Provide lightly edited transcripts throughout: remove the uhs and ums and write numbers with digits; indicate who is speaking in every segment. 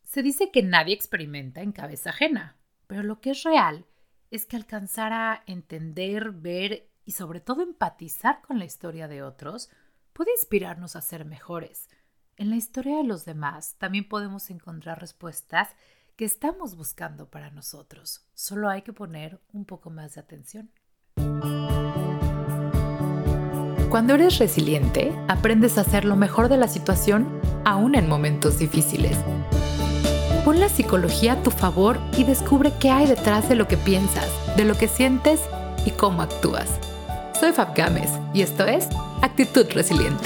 Speaker 1: Se dice que nadie experimenta en cabeza ajena, pero lo que es real es que alcanzar a entender, ver y sobre todo empatizar con la historia de otros puede inspirarnos a ser mejores. En la historia de los demás también podemos encontrar respuestas que estamos buscando para nosotros. Solo hay que poner un poco más de atención. Cuando eres resiliente, aprendes a hacer lo mejor de la situación, aún en momentos difíciles. Pon la psicología a tu favor y descubre qué hay detrás de lo que piensas, de lo que sientes y cómo actúas. Soy Fab Gámez y esto es Actitud Resiliente.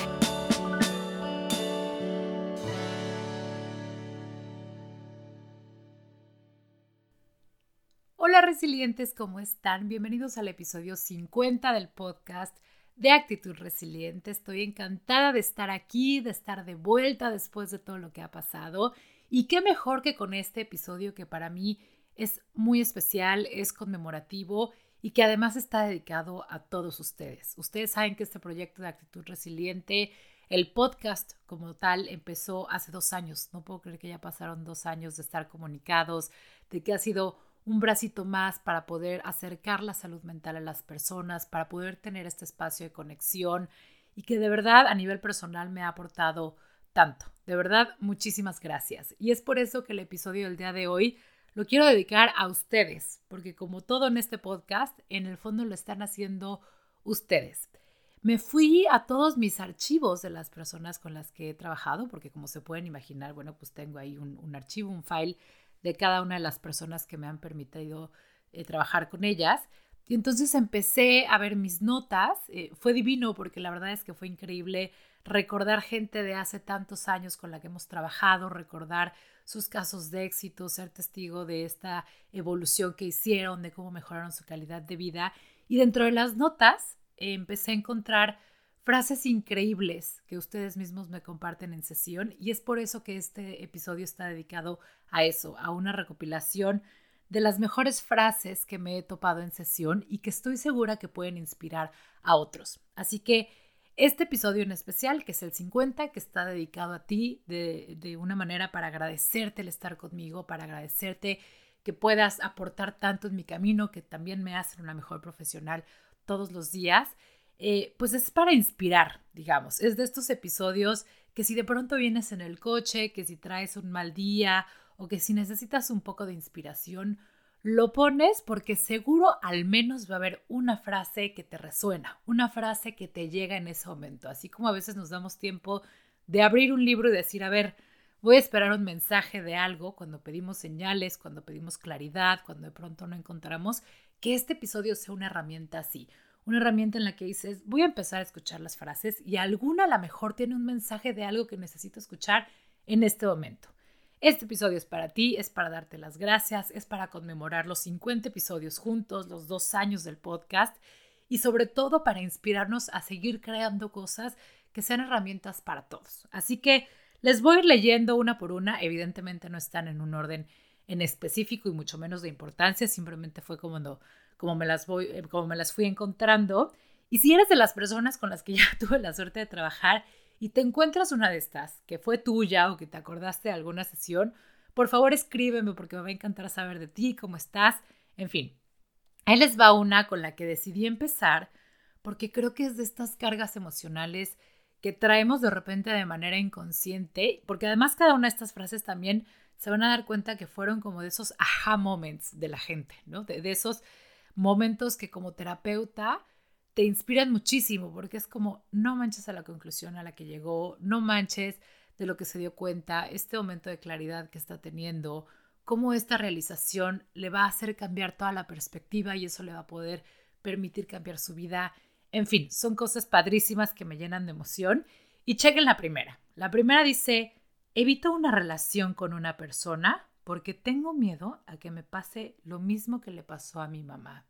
Speaker 1: Hola resilientes, ¿cómo están? Bienvenidos al episodio 50 del podcast de Actitud Resiliente. Estoy encantada de estar aquí, de estar de vuelta después de todo lo que ha pasado. Y qué mejor que con este episodio que para mí es muy especial, es conmemorativo y que además está dedicado a todos ustedes. Ustedes saben que este proyecto de Actitud Resiliente, el podcast como tal, empezó hace 2 años. No puedo creer que ya pasaron 2 años de estar comunicados, de que ha sido un bracito más para poder acercar la salud mental a las personas, para poder tener este espacio de conexión y que de verdad a nivel personal me ha aportado tanto. De verdad, muchísimas gracias. Y es por eso que el episodio del día de hoy lo quiero dedicar a ustedes, porque como todo en este podcast, en el fondo lo están haciendo ustedes. Me fui a todos mis archivos de las personas con las que he trabajado, porque como se pueden imaginar, bueno, pues tengo ahí un archivo, un file de cada una de las personas que me han permitido trabajar con ellas. Y entonces empecé a ver mis notas. Fue divino porque la verdad es que fue increíble recordar gente de hace tantos años con la que hemos trabajado, recordar sus casos de éxito, ser testigo de esta evolución que hicieron, de cómo mejoraron su calidad de vida. Y dentro de las notas empecé a encontrar frases increíbles que ustedes mismos me comparten en sesión y es por eso que este episodio está dedicado a eso, a una recopilación de las mejores frases que me he topado en sesión y que estoy segura que pueden inspirar a otros. Así que este episodio en especial, que es el 50, que está dedicado a ti de una manera para agradecerte el estar conmigo, para agradecerte que puedas aportar tanto en mi camino, que también me hacen una mejor profesional todos los días. Pues es para inspirar, digamos. Es de estos episodios que si de pronto vienes en el coche, que si traes un mal día o que si necesitas un poco de inspiración, lo pones porque seguro al menos va a haber una frase que te resuena, una frase que te llega en ese momento. Así como a veces nos damos tiempo de abrir un libro y decir, a ver, voy a esperar un mensaje de algo cuando pedimos señales, cuando pedimos claridad, cuando de pronto no encontramos, que este episodio sea una herramienta así. Una herramienta en la que dices, voy a empezar a escuchar las frases y alguna a lo mejor tiene un mensaje de algo que necesito escuchar en este momento. Este episodio es para ti, es para darte las gracias, es para conmemorar los 50 episodios juntos, los 2 años del podcast y sobre todo para inspirarnos a seguir creando cosas que sean herramientas para todos. Así que les voy a ir leyendo una por una, evidentemente no están en un orden en específico y mucho menos de importancia, simplemente fue como me las fui encontrando. Y si eres de las personas con las que ya tuve la suerte de trabajar y te encuentras una de estas, que fue tuya o que te acordaste de alguna sesión, por favor escríbeme porque me va a encantar saber de ti, cómo estás, en fin. Ahí les va una con la que decidí empezar porque creo que es de estas cargas emocionales que traemos de repente de manera inconsciente, porque además cada una de estas frases también se van a dar cuenta que fueron como de esos aha moments de la gente, ¿no? De esos momentos que como terapeuta te inspiran muchísimo porque es como no manches a la conclusión a la que llegó, no manches de lo que se dio cuenta, este momento de claridad que está teniendo, cómo esta realización le va a hacer cambiar toda la perspectiva y eso le va a poder permitir cambiar su vida. En fin, son cosas padrísimas que me llenan de emoción. Y chequen la primera. La primera dice, evito una relación con una persona porque tengo miedo a que me pase lo mismo que le pasó a mi mamá.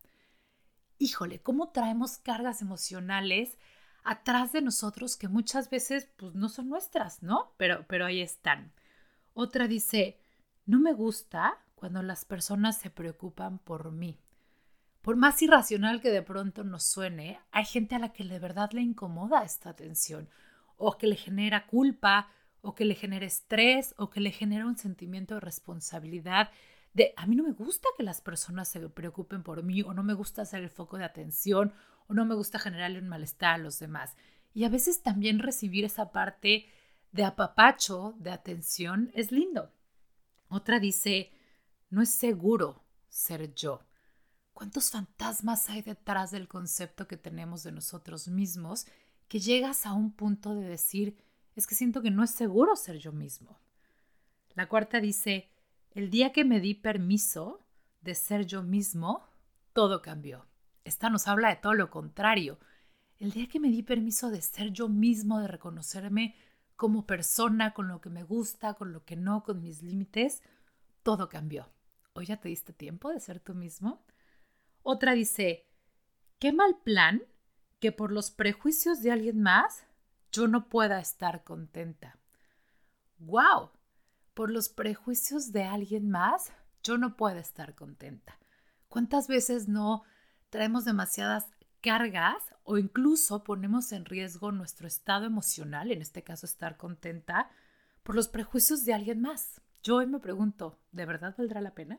Speaker 1: Híjole, ¿cómo traemos cargas emocionales atrás de nosotros que muchas veces pues no son nuestras, ¿no? Pero ahí están. Otra dice, no me gusta cuando las personas se preocupan por mí. Por más irracional que de pronto nos suene, hay gente a la que de verdad le incomoda esta atención o que le genera culpa o que le genere estrés o que le genere un sentimiento de responsabilidad de a mí no me gusta que las personas se preocupen por mí o no me gusta ser el foco de atención o no me gusta generarle un malestar a los demás. Y a veces también recibir esa parte de apapacho, de atención, es lindo. Otra dice, no es seguro ser yo. ¿Cuántos fantasmas hay detrás del concepto que tenemos de nosotros mismos que llegas a un punto de decir, es que siento que no es seguro ser yo mismo? La cuarta dice, el día que me di permiso de ser yo mismo, todo cambió. Esta nos habla de todo lo contrario. El día que me di permiso de ser yo mismo, de reconocerme como persona, con lo que me gusta, con lo que no, con mis límites, todo cambió. ¿Hoy ya te diste tiempo de ser tú mismo? Otra dice, qué mal plan que por los prejuicios de alguien más yo no pueda estar contenta. ¡Wow! Por los prejuicios de alguien más yo no puedo estar contenta. ¿Cuántas veces no traemos demasiadas cargas o incluso ponemos en riesgo nuestro estado emocional, en este caso estar contenta, por los prejuicios de alguien más? Yo hoy me pregunto, ¿de verdad valdrá la pena?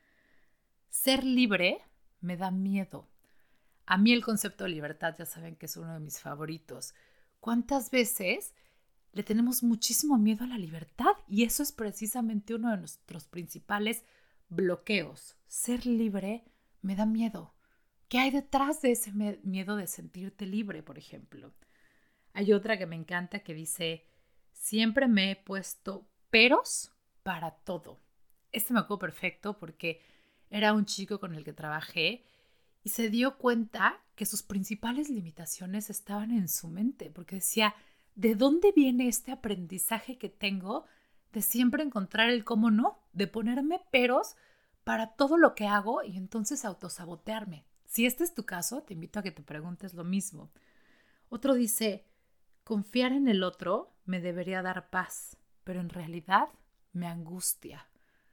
Speaker 1: Ser libre me da miedo. A mí el concepto de libertad ya saben que es uno de mis favoritos. ¿Cuántas veces le tenemos muchísimo miedo a la libertad? Y eso es precisamente uno de nuestros principales bloqueos. Ser libre me da miedo. ¿Qué hay detrás de ese miedo de sentirte libre, por ejemplo? Hay otra que me encanta que dice, siempre me he puesto peros para todo. Este me acuerdo perfecto porque era un chico con el que trabajé y se dio cuenta que sus principales limitaciones estaban en su mente, porque decía, ¿de dónde viene este aprendizaje que tengo de siempre encontrar el cómo no, de ponerme peros para todo lo que hago y entonces autosabotearme? Si este es tu caso, te invito a que te preguntes lo mismo. Otro dice, confiar en el otro me debería dar paz, pero en realidad me angustia.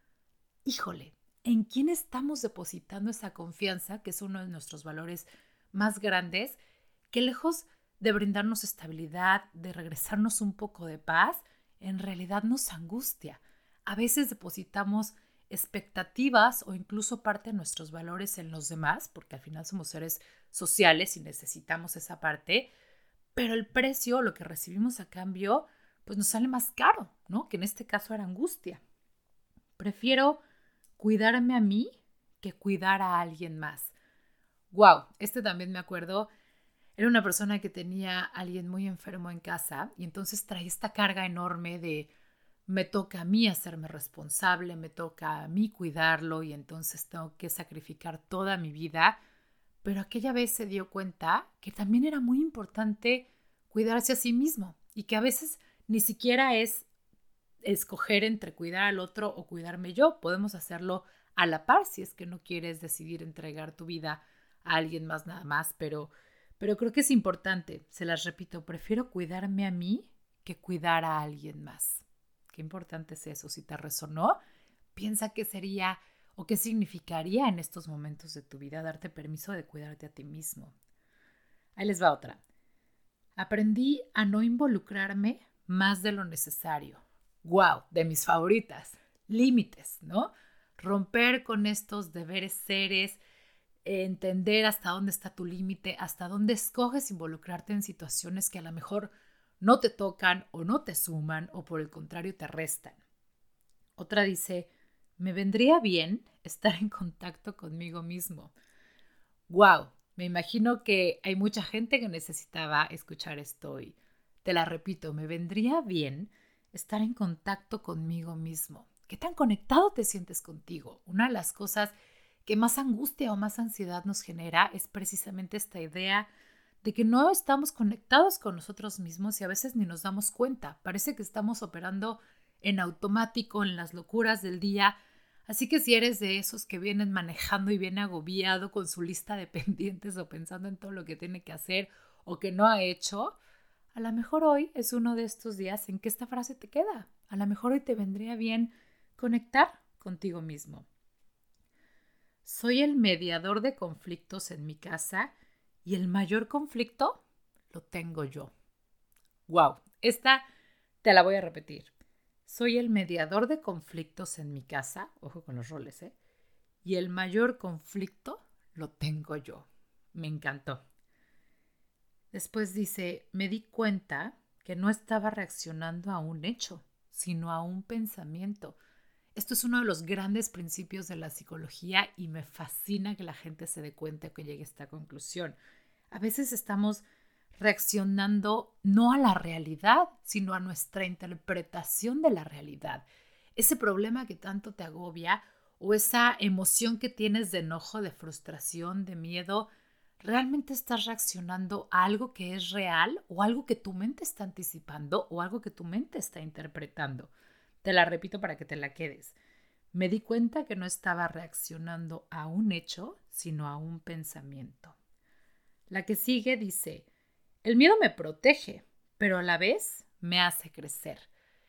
Speaker 1: Híjole, ¿en quién estamos depositando esa confianza, que es uno de nuestros valores más grandes, que lejos de brindarnos estabilidad, de regresarnos un poco de paz, en realidad nos angustia? A veces depositamos expectativas o incluso parte de nuestros valores en los demás, porque al final somos seres sociales y necesitamos esa parte, pero el precio, lo que recibimos a cambio, pues nos sale más caro, ¿no? Que en este caso era angustia. Prefiero cuidarme a mí que cuidar a alguien más. Wow, este también me acuerdo. Era una persona que tenía a alguien muy enfermo en casa y entonces traía esta carga enorme de me toca a mí hacerme responsable, me toca a mí cuidarlo y entonces tengo que sacrificar toda mi vida. Pero aquella vez se dio cuenta que también era muy importante cuidarse a sí mismo y que a veces ni siquiera es escoger entre cuidar al otro o cuidarme yo. Podemos hacerlo a la par si es que no quieres decidir entregar tu vida a alguien más nada más, pero creo que es importante, se las repito, prefiero cuidarme a mí que cuidar a alguien más. Qué importante es eso. Si te resonó, piensa qué sería o qué significaría en estos momentos de tu vida darte permiso de cuidarte a ti mismo. Ahí les va otra. Aprendí a no involucrarme más de lo necesario. Wow, de mis favoritas. Límites, ¿no? Romper con estos deberes seres, entender hasta dónde está tu límite, hasta dónde escoges involucrarte en situaciones que a lo mejor no te tocan o no te suman o por el contrario te restan. Otra dice, me vendría bien estar en contacto conmigo mismo. Wow, me imagino que hay mucha gente que necesitaba escuchar esto hoy. Te la repito, me vendría bien estar en contacto conmigo mismo. ¿Qué tan conectado te sientes contigo? Una de las cosas que más angustia o más ansiedad nos genera es precisamente esta idea de que no estamos conectados con nosotros mismos y a veces ni nos damos cuenta. Parece que estamos operando en automático, en las locuras del día. Así que si eres de esos que vienen manejando y viene agobiado con su lista de pendientes o pensando en todo lo que tiene que hacer o que no ha hecho, a lo mejor hoy es uno de estos días en que esta frase te queda. A lo mejor hoy te vendría bien conectar contigo mismo. Soy el mediador de conflictos en mi casa y el mayor conflicto lo tengo yo. Wow, esta Te la voy a repetir. Soy el mediador de conflictos en mi casa, ojo con los roles, y el mayor conflicto lo tengo yo. Me encantó. Después dice, me di cuenta que no estaba reaccionando a un hecho, sino a un pensamiento. Esto es uno de los grandes principios de la psicología y me fascina que la gente se dé cuenta que llegue a esta conclusión. A veces estamos reaccionando no a la realidad, sino a nuestra interpretación de la realidad. Ese problema que tanto te agobia o esa emoción que tienes de enojo, de frustración, de miedo, ¿realmente estás reaccionando a algo que es real o algo que tu mente está anticipando o algo que tu mente está interpretando? Te la repito para que te la quedes. Me di cuenta que no estaba reaccionando a un hecho, sino a un pensamiento. La que sigue dice, el miedo me protege, pero a la vez me hace crecer.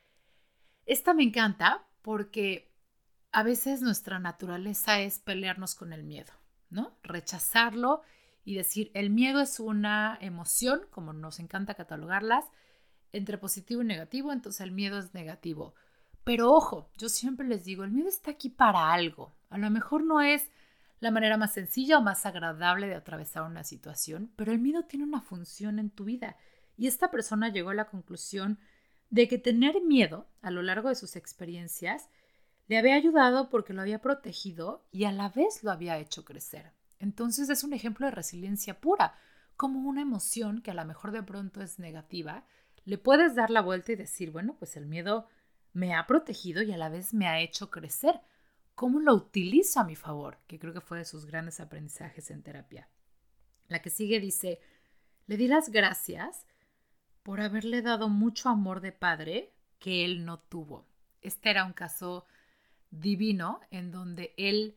Speaker 1: Esta me encanta porque a veces nuestra naturaleza es pelearnos con el miedo, ¿no? Rechazarlo y decir, el miedo es una emoción, como nos encanta catalogarlas, entre positivo y negativo, entonces el miedo es negativo. Pero ojo, yo siempre les digo, el miedo está aquí para algo. A lo mejor no es la manera más sencilla o más agradable de atravesar una situación, pero el miedo tiene una función en tu vida. Y esta persona llegó a la conclusión de que tener miedo a lo largo de sus experiencias le había ayudado porque lo había protegido y a la vez lo había hecho crecer. Entonces es un ejemplo de resiliencia pura, como una emoción que a lo mejor de pronto es negativa, le puedes dar la vuelta y decir, bueno, pues el miedo me ha protegido y a la vez me ha hecho crecer. ¿Cómo lo utilizo a mi favor? Que creo que fue de sus grandes aprendizajes en terapia. La que sigue dice, le di las gracias por haberle dado mucho amor de padre que él no tuvo. Este era un caso divino en donde él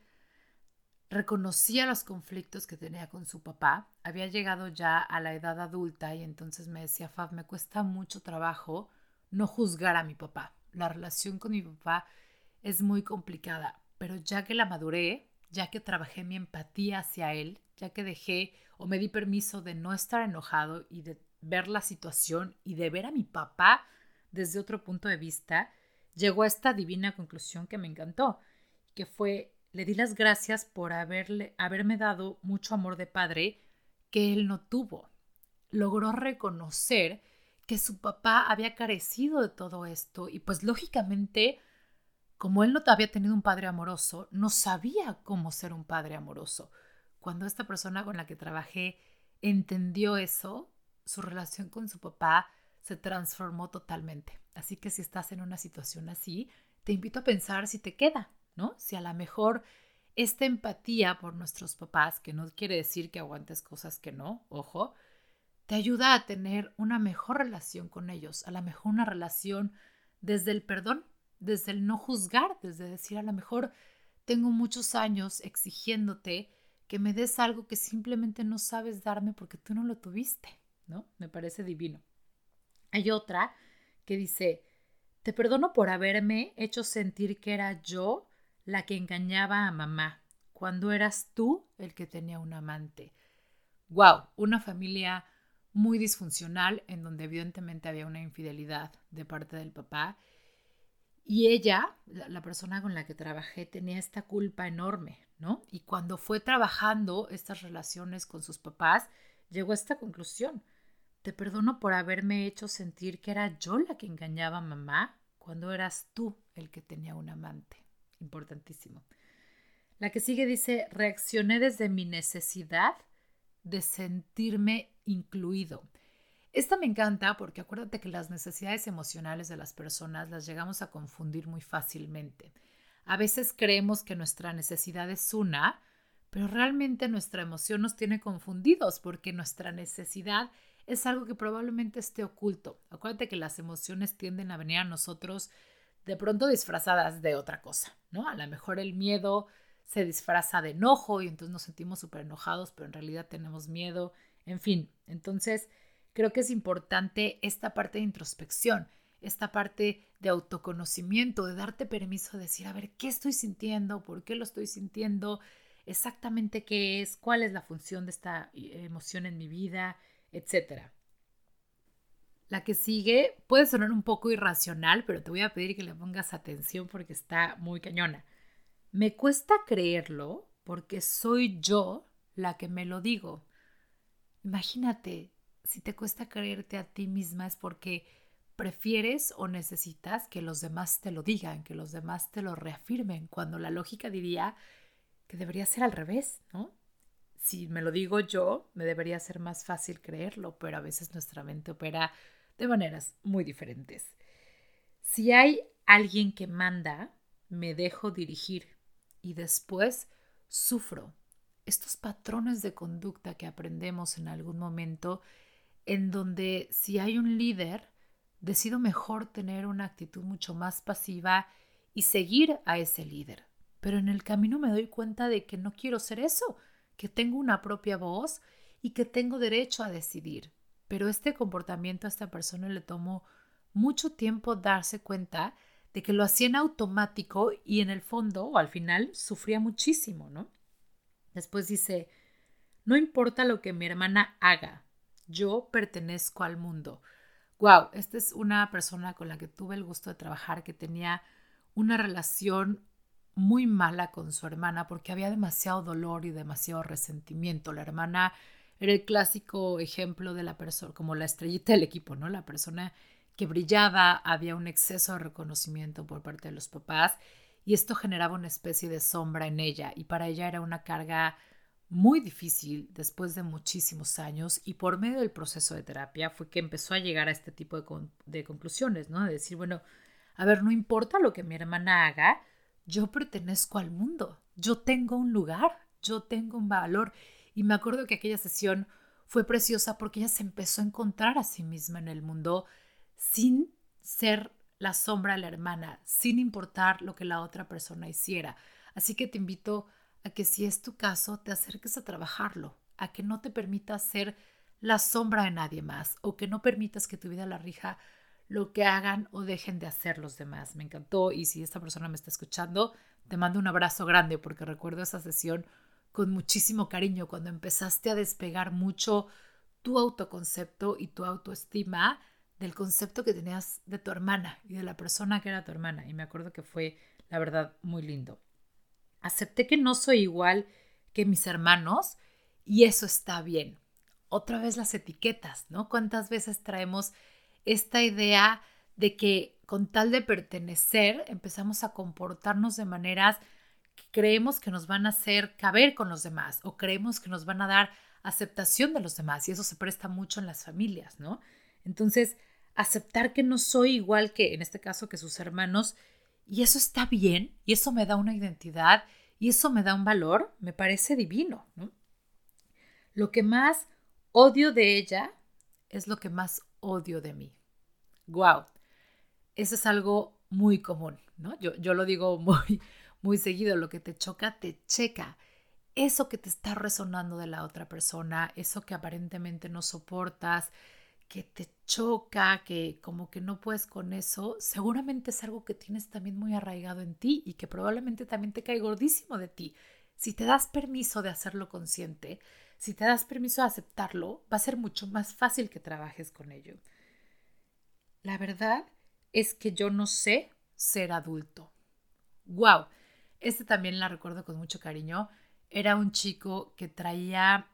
Speaker 1: reconocía los conflictos que tenía con su papá. Había llegado ya a la edad adulta y entonces me decía, Fab, me cuesta mucho trabajo no juzgar a mi papá. La relación con mi papá es muy complicada, pero ya que la maduré, ya que trabajé mi empatía hacia él, ya que dejé o me di permiso de no estar enojado y de ver la situación y de ver a mi papá desde otro punto de vista, llegó a esta divina conclusión que me encantó, que fue, le di las gracias por haberme dado mucho amor de padre que él no tuvo. Logró reconocer que su papá había carecido de todo esto y pues lógicamente, como él no había tenido un padre amoroso, no sabía cómo ser un padre amoroso. Cuando esta persona con la que trabajé entendió eso, su relación con su papá se transformó totalmente. Así que si estás en una situación así, te invito a pensar si te queda, ¿no? Si a lo mejor esta empatía por nuestros papás, que no quiere decir que aguantes cosas que no, ojo, te ayuda a tener una mejor relación con ellos, a lo mejor una relación desde el perdón, desde el no juzgar, desde decir a lo mejor tengo muchos años exigiéndote que me des algo que simplemente no sabes darme porque tú no lo tuviste, ¿no? Me parece divino. Hay otra que dice, te perdono por haberme hecho sentir que era yo la que engañaba a mamá, cuando eras tú el que tenía un amante. Wow, una familia muy disfuncional en donde evidentemente había una infidelidad de parte del papá y ella, la persona con la que trabajé, tenía esta culpa enorme, ¿no? Y cuando fue trabajando estas relaciones con sus papás, llegó a esta conclusión. Te perdono por haberme hecho sentir que era yo la que engañaba a mamá cuando eras tú el que tenía un amante. Importantísimo. La que sigue dice, reaccioné desde mi necesidad de sentirme incluido. Esta me encanta porque acuérdate que las necesidades emocionales de las personas las llegamos a confundir muy fácilmente. A veces creemos que nuestra necesidad es una, pero realmente nuestra emoción nos tiene confundidos porque nuestra necesidad es algo que probablemente esté oculto. Acuérdate que las emociones tienden a venir a nosotros de pronto disfrazadas de otra cosa, ¿no? A lo mejor el miedo se disfraza de enojo y entonces nos sentimos súper enojados, pero en realidad tenemos miedo. En fin, entonces creo que es importante esta parte de introspección, esta parte de autoconocimiento, de darte permiso de decir, a ver, ¿qué estoy sintiendo? ¿Por qué lo estoy sintiendo? Exactamente qué es, cuál es la función de esta emoción en mi vida, etcétera. La que sigue puede sonar un poco irracional, pero te voy a pedir que le pongas atención porque está muy cañona. Me cuesta creerlo porque soy yo la que me lo digo. Imagínate, si te cuesta creerte a ti misma es porque prefieres o necesitas que los demás te lo digan, que los demás te lo reafirmen, cuando la lógica diría que debería ser al revés, ¿no? Si me lo digo yo, me debería ser más fácil creerlo, pero a veces nuestra mente opera de maneras muy diferentes. Si hay alguien que manda, me dejo dirigir y después sufro. Estos patrones de conducta que aprendemos en algún momento, en donde si hay un líder, decido mejor tener una actitud mucho más pasiva y seguir a ese líder. Pero en el camino me doy cuenta de que no quiero ser eso, que tengo una propia voz y que tengo derecho a decidir. Pero este comportamiento a esta persona le tomó mucho tiempo darse cuenta de que lo hacía en automático y en el fondo o al final sufría muchísimo, ¿no? Después dice, no importa lo que mi hermana haga, yo pertenezco al mundo. Wow, esta es una persona con la que tuve el gusto de trabajar que tenía una relación muy mala con su hermana porque había demasiado dolor y demasiado resentimiento. La hermana era el clásico ejemplo de la persona, como la estrellita del equipo, ¿no? La persona que brillaba, había un exceso de reconocimiento por parte de los papás y esto generaba una especie de sombra en ella y para ella era una carga muy difícil después de muchísimos años y por medio del proceso de terapia fue que empezó a llegar a este tipo de conclusiones, ¿no? De decir, bueno, a ver, no importa lo que mi hermana haga, yo pertenezco al mundo, yo tengo un lugar, yo tengo un valor. Y me acuerdo que aquella sesión fue preciosa porque ella se empezó a encontrar a sí misma en el mundo sin ser la sombra de la hermana, sin importar lo que la otra persona hiciera. Así que te invito a que si es tu caso, te acerques a trabajarlo, a que no te permitas ser la sombra de nadie más o que no permitas que tu vida la rija lo que hagan o dejen de hacer los demás. Me encantó y si esta persona me está escuchando, te mando un abrazo grande porque recuerdo esa sesión con muchísimo cariño cuando empezaste a despegar mucho tu autoconcepto y tu autoestima del concepto que tenías de tu hermana y de la persona que era tu hermana. Y me acuerdo que fue, la verdad, muy lindo. Acepté que no soy igual que mis hermanos y eso está bien. Otra vez las etiquetas, ¿no? ¿Cuántas veces traemos esta idea de que con tal de pertenecer empezamos a comportarnos de maneras que creemos que nos van a hacer caber con los demás o creemos que nos van a dar aceptación de los demás y eso se presta mucho en las familias, ¿no? Entonces, aceptar que no soy igual que, en este caso, que sus hermanos y eso está bien y eso me da una identidad y eso me da un valor, me parece divino, ¿no? Lo que más odio de ella es lo que más odio de mí. Wow, eso es algo muy común, ¿no? Yo lo digo muy seguido, lo que te choca, te checa. Eso que te está resonando de la otra persona, eso que aparentemente no soportas, que te choca, que como que no puedes con eso, seguramente es algo que tienes también muy arraigado en ti y que probablemente también te cae gordísimo de ti. Si te das permiso de hacerlo consciente, si te das permiso de aceptarlo, va a ser mucho más fácil que trabajes con ello. La verdad es que yo no sé ser adulto. ¡Wow! Este también la recuerdo con mucho cariño. Era un chico que traía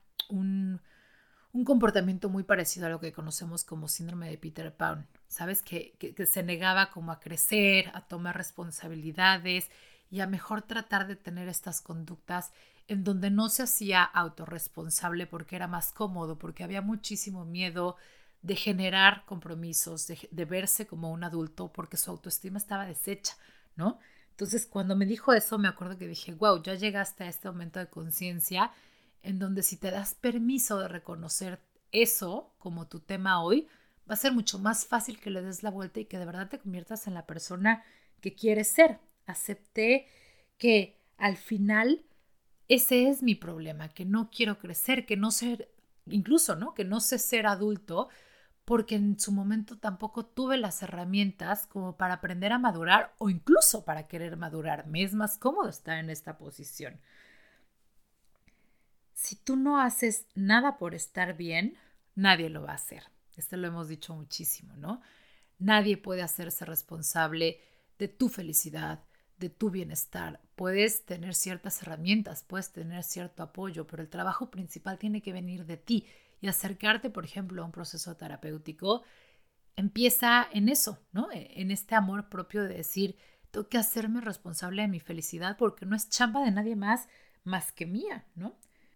Speaker 1: un comportamiento muy parecido a lo que conocemos como síndrome de Peter Pan, ¿sabes? Que se negaba como a crecer, a tomar responsabilidades y a mejor tratar de tener estas conductas en donde no se hacía autorresponsable porque era más cómodo, porque había muchísimo miedo de generar compromisos, de verse como un adulto porque su autoestima estaba deshecha, ¿no? Entonces, cuando me dijo eso, me acuerdo que dije, wow, ya llegaste a este momento de conciencia en donde si te das permiso de reconocer eso como tu tema hoy, va a ser mucho más fácil que le des la vuelta y que de verdad te conviertas en la persona que quieres ser. Acepté que al final ese es mi problema, que no quiero crecer, que no ser, incluso, ¿no? Que no sé ser adulto porque en su momento tampoco tuve las herramientas como para aprender a madurar o incluso para querer madurar. Me es más cómodo estar en esta posición. Si tú no haces nada por estar bien, nadie lo va a hacer. Lo hemos dicho muchísimo, ¿no? Nadie puede hacerse responsable de tu felicidad, de tu bienestar. Puedes tener ciertas herramientas, puedes tener cierto apoyo, pero el trabajo principal tiene que venir de ti. Y acercarte, por ejemplo, a un proceso terapéutico empieza en eso, ¿no? En este amor propio de decir, tengo que hacerme responsable de mi felicidad porque no es chamba de nadie más que mía, ¿no?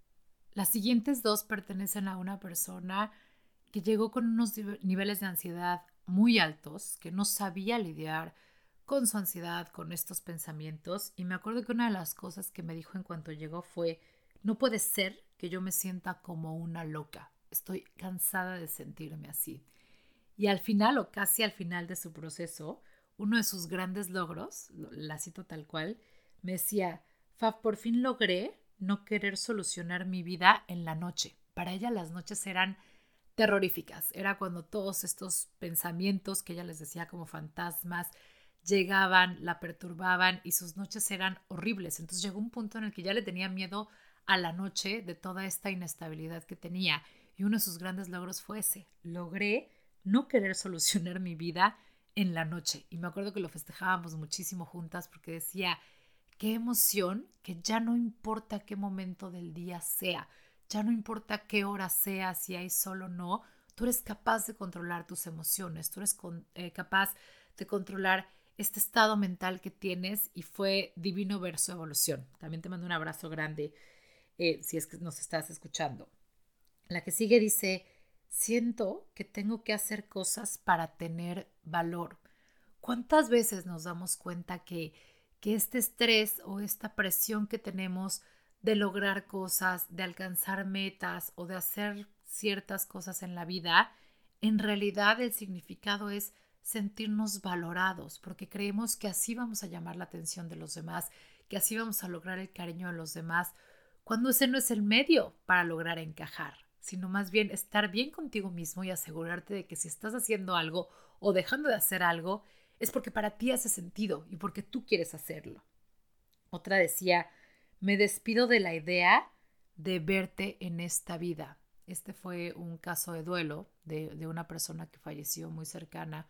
Speaker 1: Las siguientes dos pertenecen a una persona que llegó con unos niveles de ansiedad muy altos, que no sabía lidiar con su ansiedad, con estos pensamientos. Y me acuerdo que una de las cosas que me dijo en cuanto llegó fue, no puede ser que yo me sienta como una loca. Estoy cansada de sentirme así. Y al final, o casi al final de su proceso, uno de sus grandes logros, la cito tal cual, me decía, Fab, por fin logré no querer solucionar mi vida en la noche. Para ella las noches eran terroríficas. Era cuando todos estos pensamientos que ella les decía como fantasmas llegaban, la perturbaban y sus noches eran horribles. Entonces llegó un punto en el que ya le tenía miedo a la noche de toda esta inestabilidad que tenía. Y uno de sus grandes logros fue ese. Logré no querer solucionar mi vida en la noche. Y me acuerdo que lo festejábamos muchísimo juntas porque decía, qué emoción que ya no importa qué momento del día sea, ya no importa qué hora sea, si hay sol o no, tú eres capaz de controlar tus emociones, tú eres capaz de controlar este estado mental que tienes y fue divino ver su evolución. También te mando un abrazo grande si es que nos estás escuchando. La que sigue dice, siento que tengo que hacer cosas para tener valor. ¿Cuántas veces nos damos cuenta que este estrés o esta presión que tenemos de lograr cosas, de alcanzar metas o de hacer ciertas cosas en la vida, en realidad el significado es sentirnos valorados, porque creemos que así vamos a llamar la atención de los demás, que así vamos a lograr el cariño de los demás, cuando ese no es el medio para lograr encajar, sino más bien estar bien contigo mismo y asegurarte de que si estás haciendo algo o dejando de hacer algo, es porque para ti hace sentido y porque tú quieres hacerlo. Otra decía, me despido de la idea de verte en esta vida. Este fue un caso de duelo de una persona que falleció muy cercana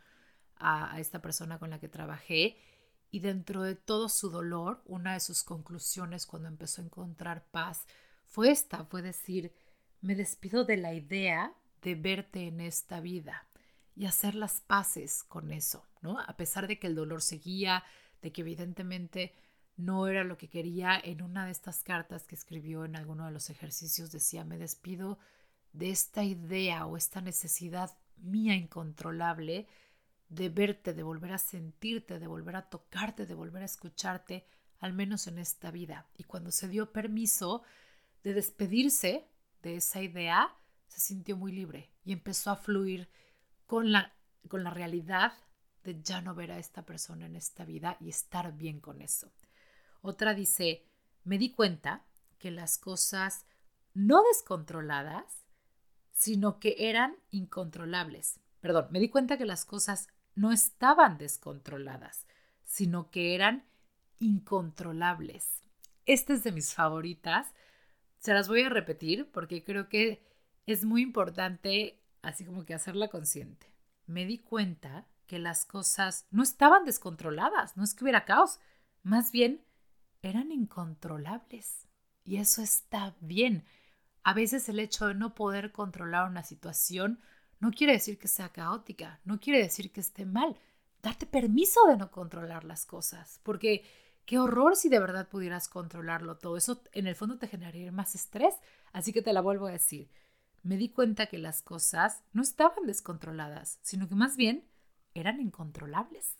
Speaker 1: a esta persona con la que trabajé. Y dentro de todo su dolor, una de sus conclusiones cuando empezó a encontrar paz fue esta, fue decir, me despido de la idea de verte en esta vida y hacer las paces con eso, ¿no? A pesar de que el dolor seguía, de que evidentemente no era lo que quería, en una de estas cartas que escribió en alguno de los ejercicios decía, me despido de esta idea o esta necesidad mía incontrolable de verte, de volver a sentirte, de volver a tocarte, de volver a escucharte, al menos en esta vida. Y cuando se dio permiso de despedirse de esa idea, se sintió muy libre y empezó a fluir con la realidad de ya no ver a esta persona en esta vida y estar bien con eso. Otra dice, me di cuenta que las cosas no descontroladas, sino que eran incontrolables. Perdón, me di cuenta que las cosas no estaban descontroladas, sino que eran incontrolables. Esta es de mis favoritas. Se las voy a repetir porque creo que es muy importante así como que hacerla consciente. Me di cuenta que las cosas no estaban descontroladas, no es que hubiera caos, más bien eran incontrolables. Y eso está bien. A veces el hecho de no poder controlar una situación no quiere decir que sea caótica, no quiere decir que esté mal. Date permiso de no controlar las cosas, porque qué horror si de verdad pudieras controlarlo todo. Eso en el fondo te generaría más estrés. Así que te la vuelvo a decir. Me di cuenta que las cosas no estaban descontroladas, sino que más bien eran incontrolables.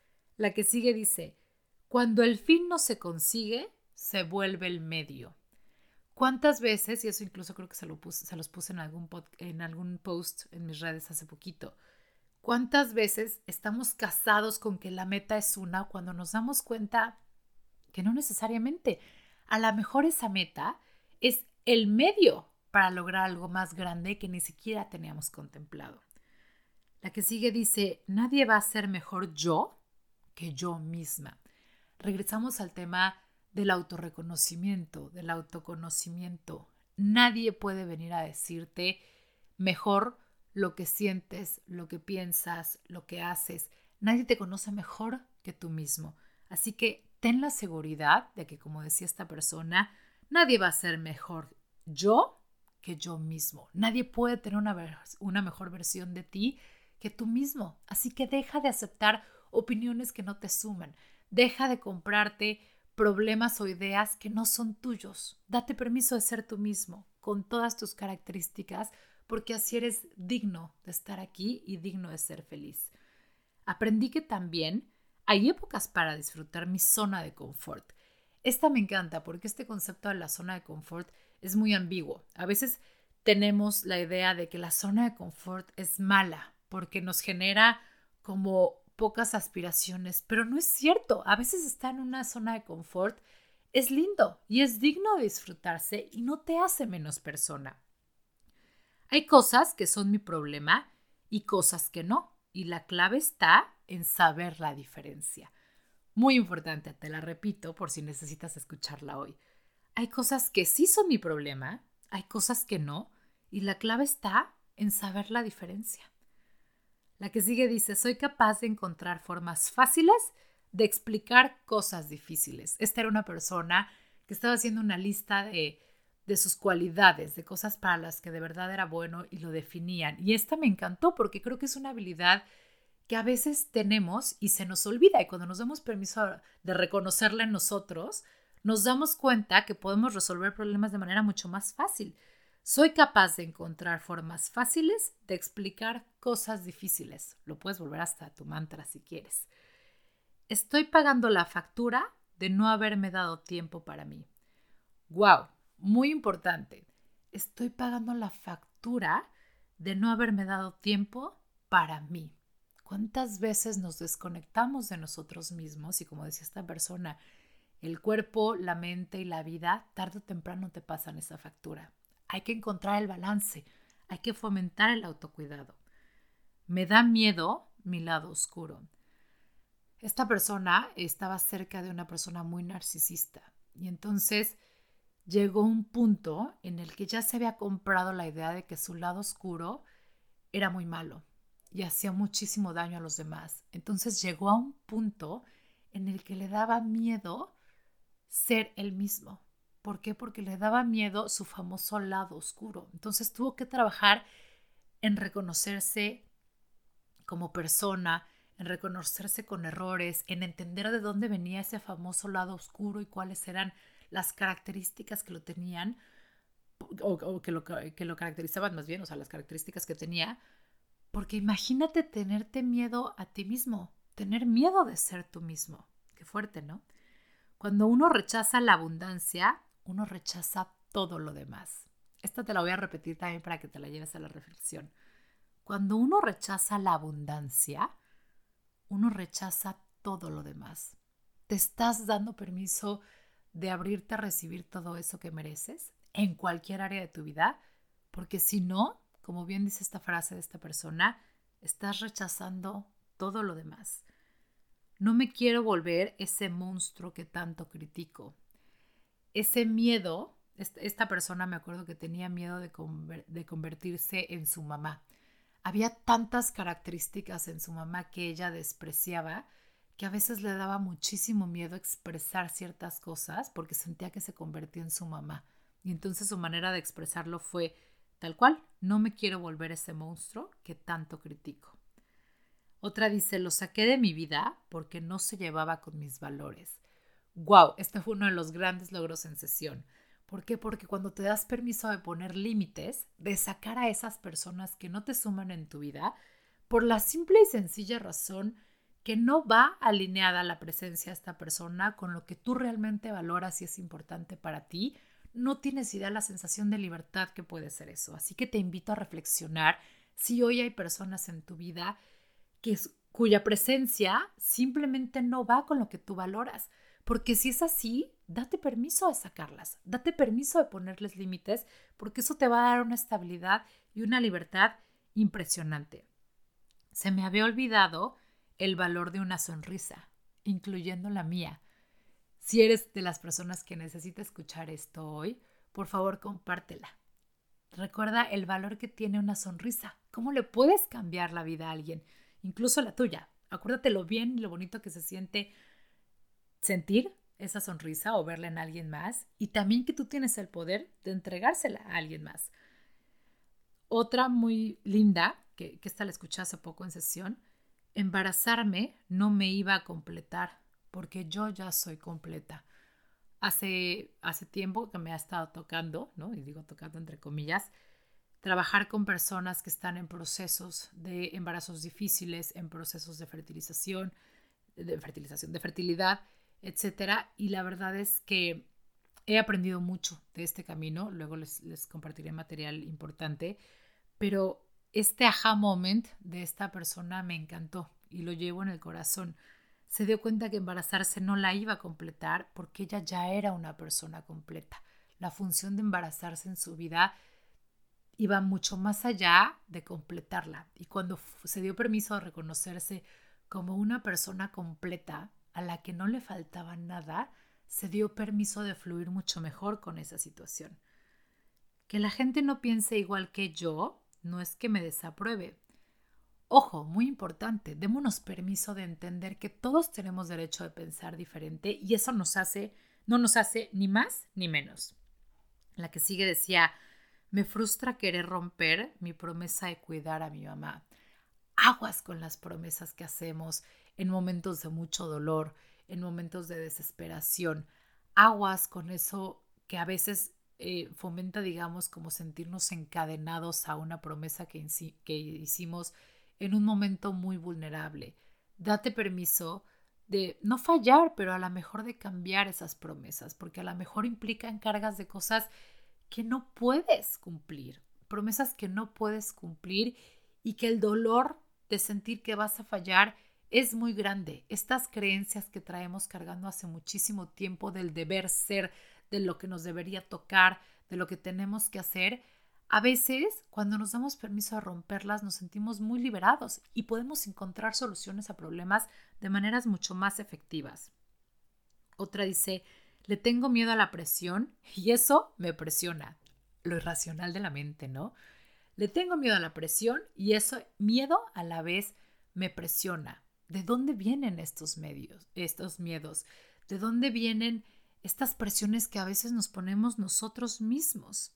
Speaker 1: La que sigue dice, cuando el fin no se consigue, se vuelve el medio. ¿Cuántas veces, y eso incluso creo que se los puse en algún post en mis redes hace poquito, cuántas veces estamos casados con que la meta es una cuando nos damos cuenta que no necesariamente? A lo mejor esa meta es el medio para lograr algo más grande que ni siquiera teníamos contemplado. La que sigue dice, nadie va a ser mejor yo que yo misma. Regresamos al tema del autorreconocimiento, del autoconocimiento. Nadie puede venir a decirte mejor lo que sientes, lo que piensas, lo que haces. Nadie te conoce mejor que tú mismo. Así que ten la seguridad de que, como decía esta persona, nadie va a ser mejor yo que yo mismo. Nadie puede tener una mejor versión de ti que tú mismo. Así que deja de aceptar opiniones que no te suman. Deja de comprarte problemas o ideas que no son tuyos. Date permiso de ser tú mismo, con todas tus características, porque así eres digno de estar aquí y digno de ser feliz. Aprendí que también hay épocas para disfrutar mi zona de confort. Esta me encanta porque este concepto de la zona de confort es muy ambiguo. A veces tenemos la idea de que la zona de confort es mala porque nos genera como pocas aspiraciones, pero no es cierto. A veces estar en una zona de confort es lindo y es digno de disfrutarse y no te hace menos persona. Hay cosas que son mi problema y cosas que no. Y la clave está en saber la diferencia. Muy importante, te la repito por si necesitas escucharla hoy. Hay cosas que sí son mi problema, hay cosas que no, y la clave está en saber la diferencia. La que sigue dice, soy capaz de encontrar formas fáciles de explicar cosas difíciles. Esta era una persona que estaba haciendo una lista de sus cualidades, de cosas para las que de verdad era bueno y lo definían. Y esta me encantó porque creo que es una habilidad que a veces tenemos y se nos olvida. Y cuando nos damos permiso de reconocerla en nosotros, nos damos cuenta que podemos resolver problemas de manera mucho más fácil. Soy capaz de encontrar formas fáciles de explicar cosas difíciles. Lo puedes volver hasta tu mantra si quieres. Estoy pagando la factura de no haberme dado tiempo para mí. ¡Wow! Muy importante. Estoy pagando la factura de no haberme dado tiempo para mí. ¿Cuántas veces nos desconectamos de nosotros mismos? Y como decía esta persona, el cuerpo, la mente y la vida tarde o temprano te pasan esa factura. Hay que encontrar el balance, hay que fomentar el autocuidado. Me da miedo mi lado oscuro. Esta persona estaba cerca de una persona muy narcisista y entonces llegó un punto en el que ya se había comprado la idea de que su lado oscuro era muy malo y hacía muchísimo daño a los demás. Entonces llegó a un punto en el que le daba miedo ser él mismo. ¿Por qué? Porque le daba miedo su famoso lado oscuro. Entonces tuvo que trabajar en reconocerse como persona, en reconocerse con errores, en entender de dónde venía ese famoso lado oscuro y cuáles eran las características que lo tenían o que lo caracterizaban más bien, o sea, las características que tenía. Porque imagínate tenerte miedo a ti mismo, tener miedo de ser tú mismo. Qué fuerte, ¿no? Cuando uno rechaza la abundancia, uno rechaza todo lo demás. Esta te la voy a repetir también para que te la lleves a la reflexión. Cuando uno rechaza la abundancia, uno rechaza todo lo demás. ¿Te estás dando permiso de abrirte a recibir todo eso que mereces en cualquier área de tu vida? Porque si no, como bien dice esta frase de esta persona, estás rechazando todo lo demás. No me quiero volver ese monstruo que tanto critico. Ese miedo, esta persona me acuerdo que tenía miedo de convertirse en su mamá. Había tantas características en su mamá que ella despreciaba que a veces le daba muchísimo miedo expresar ciertas cosas porque sentía que se convertía en su mamá. Y entonces su manera de expresarlo fue tal cual, no me quiero volver ese monstruo que tanto critico. Otra dice, lo saqué de mi vida porque no se llevaba con mis valores. Wow, este fue uno de los grandes logros en sesión. ¿Por qué? Porque cuando te das permiso de poner límites, de sacar a esas personas que no te suman en tu vida, por la simple y sencilla razón que no va alineada la presencia de esta persona con lo que tú realmente valoras y es importante para ti, no tienes idea la sensación de libertad que puede ser eso. Así que te invito a reflexionar si hoy hay personas en tu vida cuya presencia simplemente no va con lo que tú valoras. Porque si es así, date permiso de sacarlas, date permiso de ponerles límites, porque eso te va a dar una estabilidad y una libertad impresionante. Se me había olvidado el valor de una sonrisa, incluyendo la mía. Si eres de las personas que necesita escuchar esto hoy, por favor compártela. Recuerda el valor que tiene una sonrisa. ¿Cómo le puedes cambiar la vida a alguien? Incluso la tuya. Acuérdate lo bien y lo bonito que se siente sentir esa sonrisa o verla en alguien más, y también que tú tienes el poder de entregársela a alguien más. Otra muy linda, que esta la escuché hace poco en sesión: embarazarme no me iba a completar porque yo ya soy completa. Hace tiempo que me ha estado tocando, ¿no? Y digo tocando entre comillas, trabajar con personas que están en procesos de embarazos difíciles, en procesos de fertilidad, etcétera. Y la verdad es que he aprendido mucho de este camino. Luego les compartiré material importante, pero este aha moment de esta persona me encantó y lo llevo en el corazón. Se dio cuenta que embarazarse no la iba a completar porque ella ya era una persona completa. La función de embarazarse en su vida iba mucho más allá de completarla. Y cuando se dio permiso de reconocerse como una persona completa a la que no le faltaba nada, se dio permiso de fluir mucho mejor con esa situación. Que la gente no piense igual que yo no es que me desapruebe. Ojo, muy importante, démonos permiso de entender que todos tenemos derecho de pensar diferente y eso no nos hace ni más ni menos. La que sigue decía: me frustra querer romper mi promesa de cuidar a mi mamá. Aguas con las promesas que hacemos en momentos de mucho dolor, en momentos de desesperación. Aguas con eso que a veces fomenta, digamos, como sentirnos encadenados a una promesa que hicimos en un momento muy vulnerable. Date permiso de no fallar, pero a lo mejor de cambiar esas promesas, porque a lo mejor implican cargas de cosas que no puedes cumplir, promesas que no puedes cumplir, y que el dolor de sentir que vas a fallar es muy grande. Estas creencias que traemos cargando hace muchísimo tiempo del deber ser, de lo que nos debería tocar, de lo que tenemos que hacer, a veces cuando nos damos permiso a romperlas nos sentimos muy liberados y podemos encontrar soluciones a problemas de maneras mucho más efectivas. Otra dice: le tengo miedo a la presión y eso me presiona. Lo irracional de la mente, ¿no? Le tengo miedo a la presión y eso, miedo a la vez, me presiona. ¿De dónde vienen estos miedos? ¿De dónde vienen estas presiones que a veces nos ponemos nosotros mismos?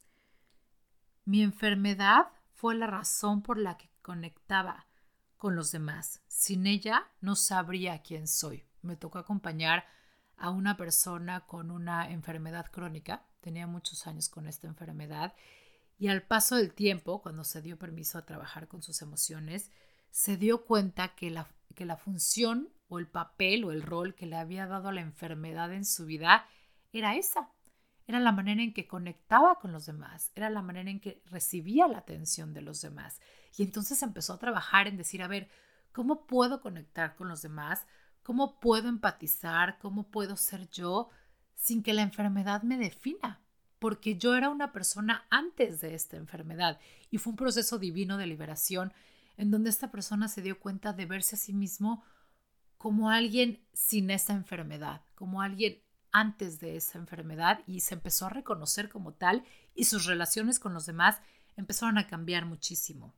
Speaker 1: Mi enfermedad fue la razón por la que conectaba con los demás. Sin ella no sabría quién soy. Me tocó acompañar a una persona con una enfermedad crónica. Tenía muchos años con esta enfermedad y al paso del tiempo, cuando se dio permiso a trabajar con sus emociones, se dio cuenta que la función o el papel o el rol que le había dado a la enfermedad en su vida era esa. Era la manera en que conectaba con los demás, era la manera en que recibía la atención de los demás. Y entonces empezó a trabajar en decir: a ver, ¿cómo puedo conectar con los demás? ¿Cómo puedo empatizar? ¿Cómo puedo ser yo sin que la enfermedad me defina? Porque yo era una persona antes de esta enfermedad y fue un proceso divino de liberación en donde esta persona se dio cuenta de verse a sí mismo como alguien sin esa enfermedad, como alguien antes de esa enfermedad, y se empezó a reconocer como tal y sus relaciones con los demás empezaron a cambiar muchísimo.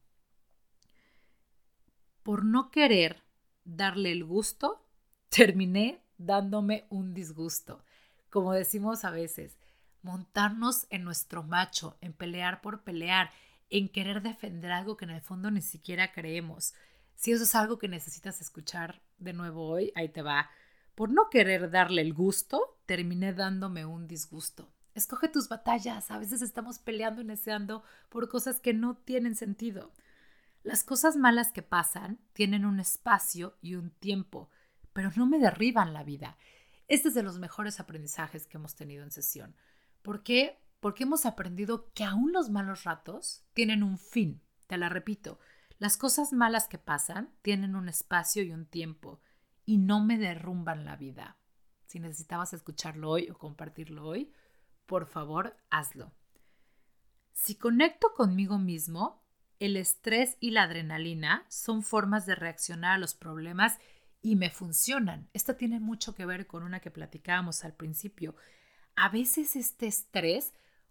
Speaker 1: Por no querer darle el gusto, terminé dándome un disgusto. Como decimos a veces, montarnos en nuestro macho, en pelear por pelear, en querer defender algo que en el fondo ni siquiera creemos. Si eso es algo que necesitas escuchar de nuevo hoy, ahí te va. Por no querer darle el gusto, terminé dándome un disgusto. Escoge tus batallas. A veces estamos peleando y neceando por cosas que no tienen sentido. Las cosas malas que pasan tienen un espacio y un tiempo, pero no me derriban la vida. Este es de los mejores aprendizajes que hemos tenido en sesión. ¿Por qué? Porque hemos aprendido que aún los malos ratos tienen un fin. Te la repito, las cosas malas que pasan tienen un espacio y un tiempo y no me derrumban la vida. Si necesitabas escucharlo hoy o compartirlo hoy, por favor, hazlo. Si conecto conmigo mismo, el estrés y la adrenalina son formas de reaccionar a los problemas y me funcionan. Esto tiene mucho que ver con una que platicábamos al principio. A veces este estrés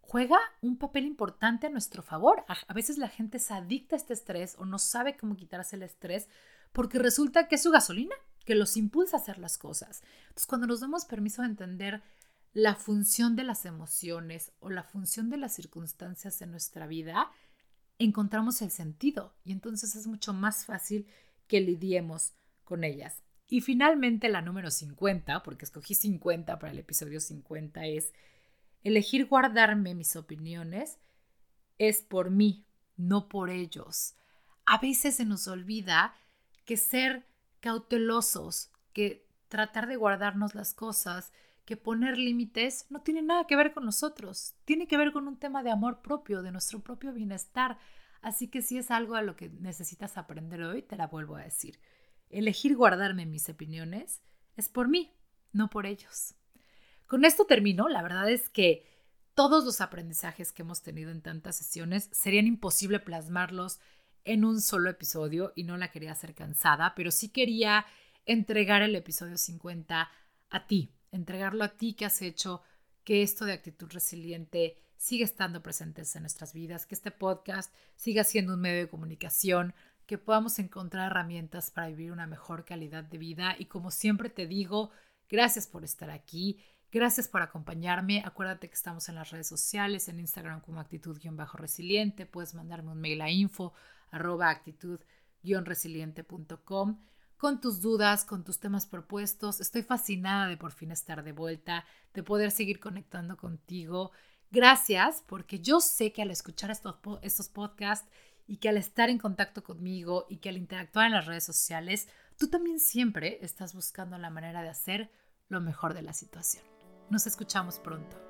Speaker 1: juega un papel importante a nuestro favor. A veces la gente se adicta a este estrés o no sabe cómo quitarse el estrés porque resulta que es su gasolina, que los impulsa a hacer las cosas. Entonces, cuando nos damos permiso de entender la función de las emociones o la función de las circunstancias en nuestra vida, encontramos el sentido y entonces es mucho más fácil que lidiemos con ellas. Y finalmente la número 50, porque escogí 50 para el episodio 50, es elegir guardarme mis opiniones es por mí, no por ellos. A veces se nos olvida que ser cautelosos, que tratar de guardarnos las cosas, que poner límites no tiene nada que ver con nosotros, tiene que ver con un tema de amor propio, de nuestro propio bienestar. Así que si es algo a lo que necesitas aprender hoy, te la vuelvo a decir. Elegir guardarme mis opiniones es por mí, no por ellos. Con esto termino. La verdad es que todos los aprendizajes que hemos tenido en tantas sesiones serían imposible plasmarlos en un solo episodio y no la quería hacer cansada, pero sí quería entregar el episodio 50 a ti, entregarlo a ti que has hecho que esto de actitud resiliente siga estando presentes en nuestras vidas, que este podcast siga siendo un medio de comunicación, que podamos encontrar herramientas para vivir una mejor calidad de vida. Y como siempre te digo, gracias por estar aquí. Gracias por acompañarme. Acuérdate que estamos en las redes sociales, en Instagram como actitud-resiliente. Puedes mandarme un mail a info@actitud-resiliente.com con tus dudas, con tus temas propuestos. Estoy fascinada de por fin estar de vuelta, de poder seguir conectando contigo. Gracias, porque yo sé que al escuchar estos podcasts y que al estar en contacto conmigo y que al interactuar en las redes sociales, tú también siempre estás buscando la manera de hacer lo mejor de la situación. Nos escuchamos pronto.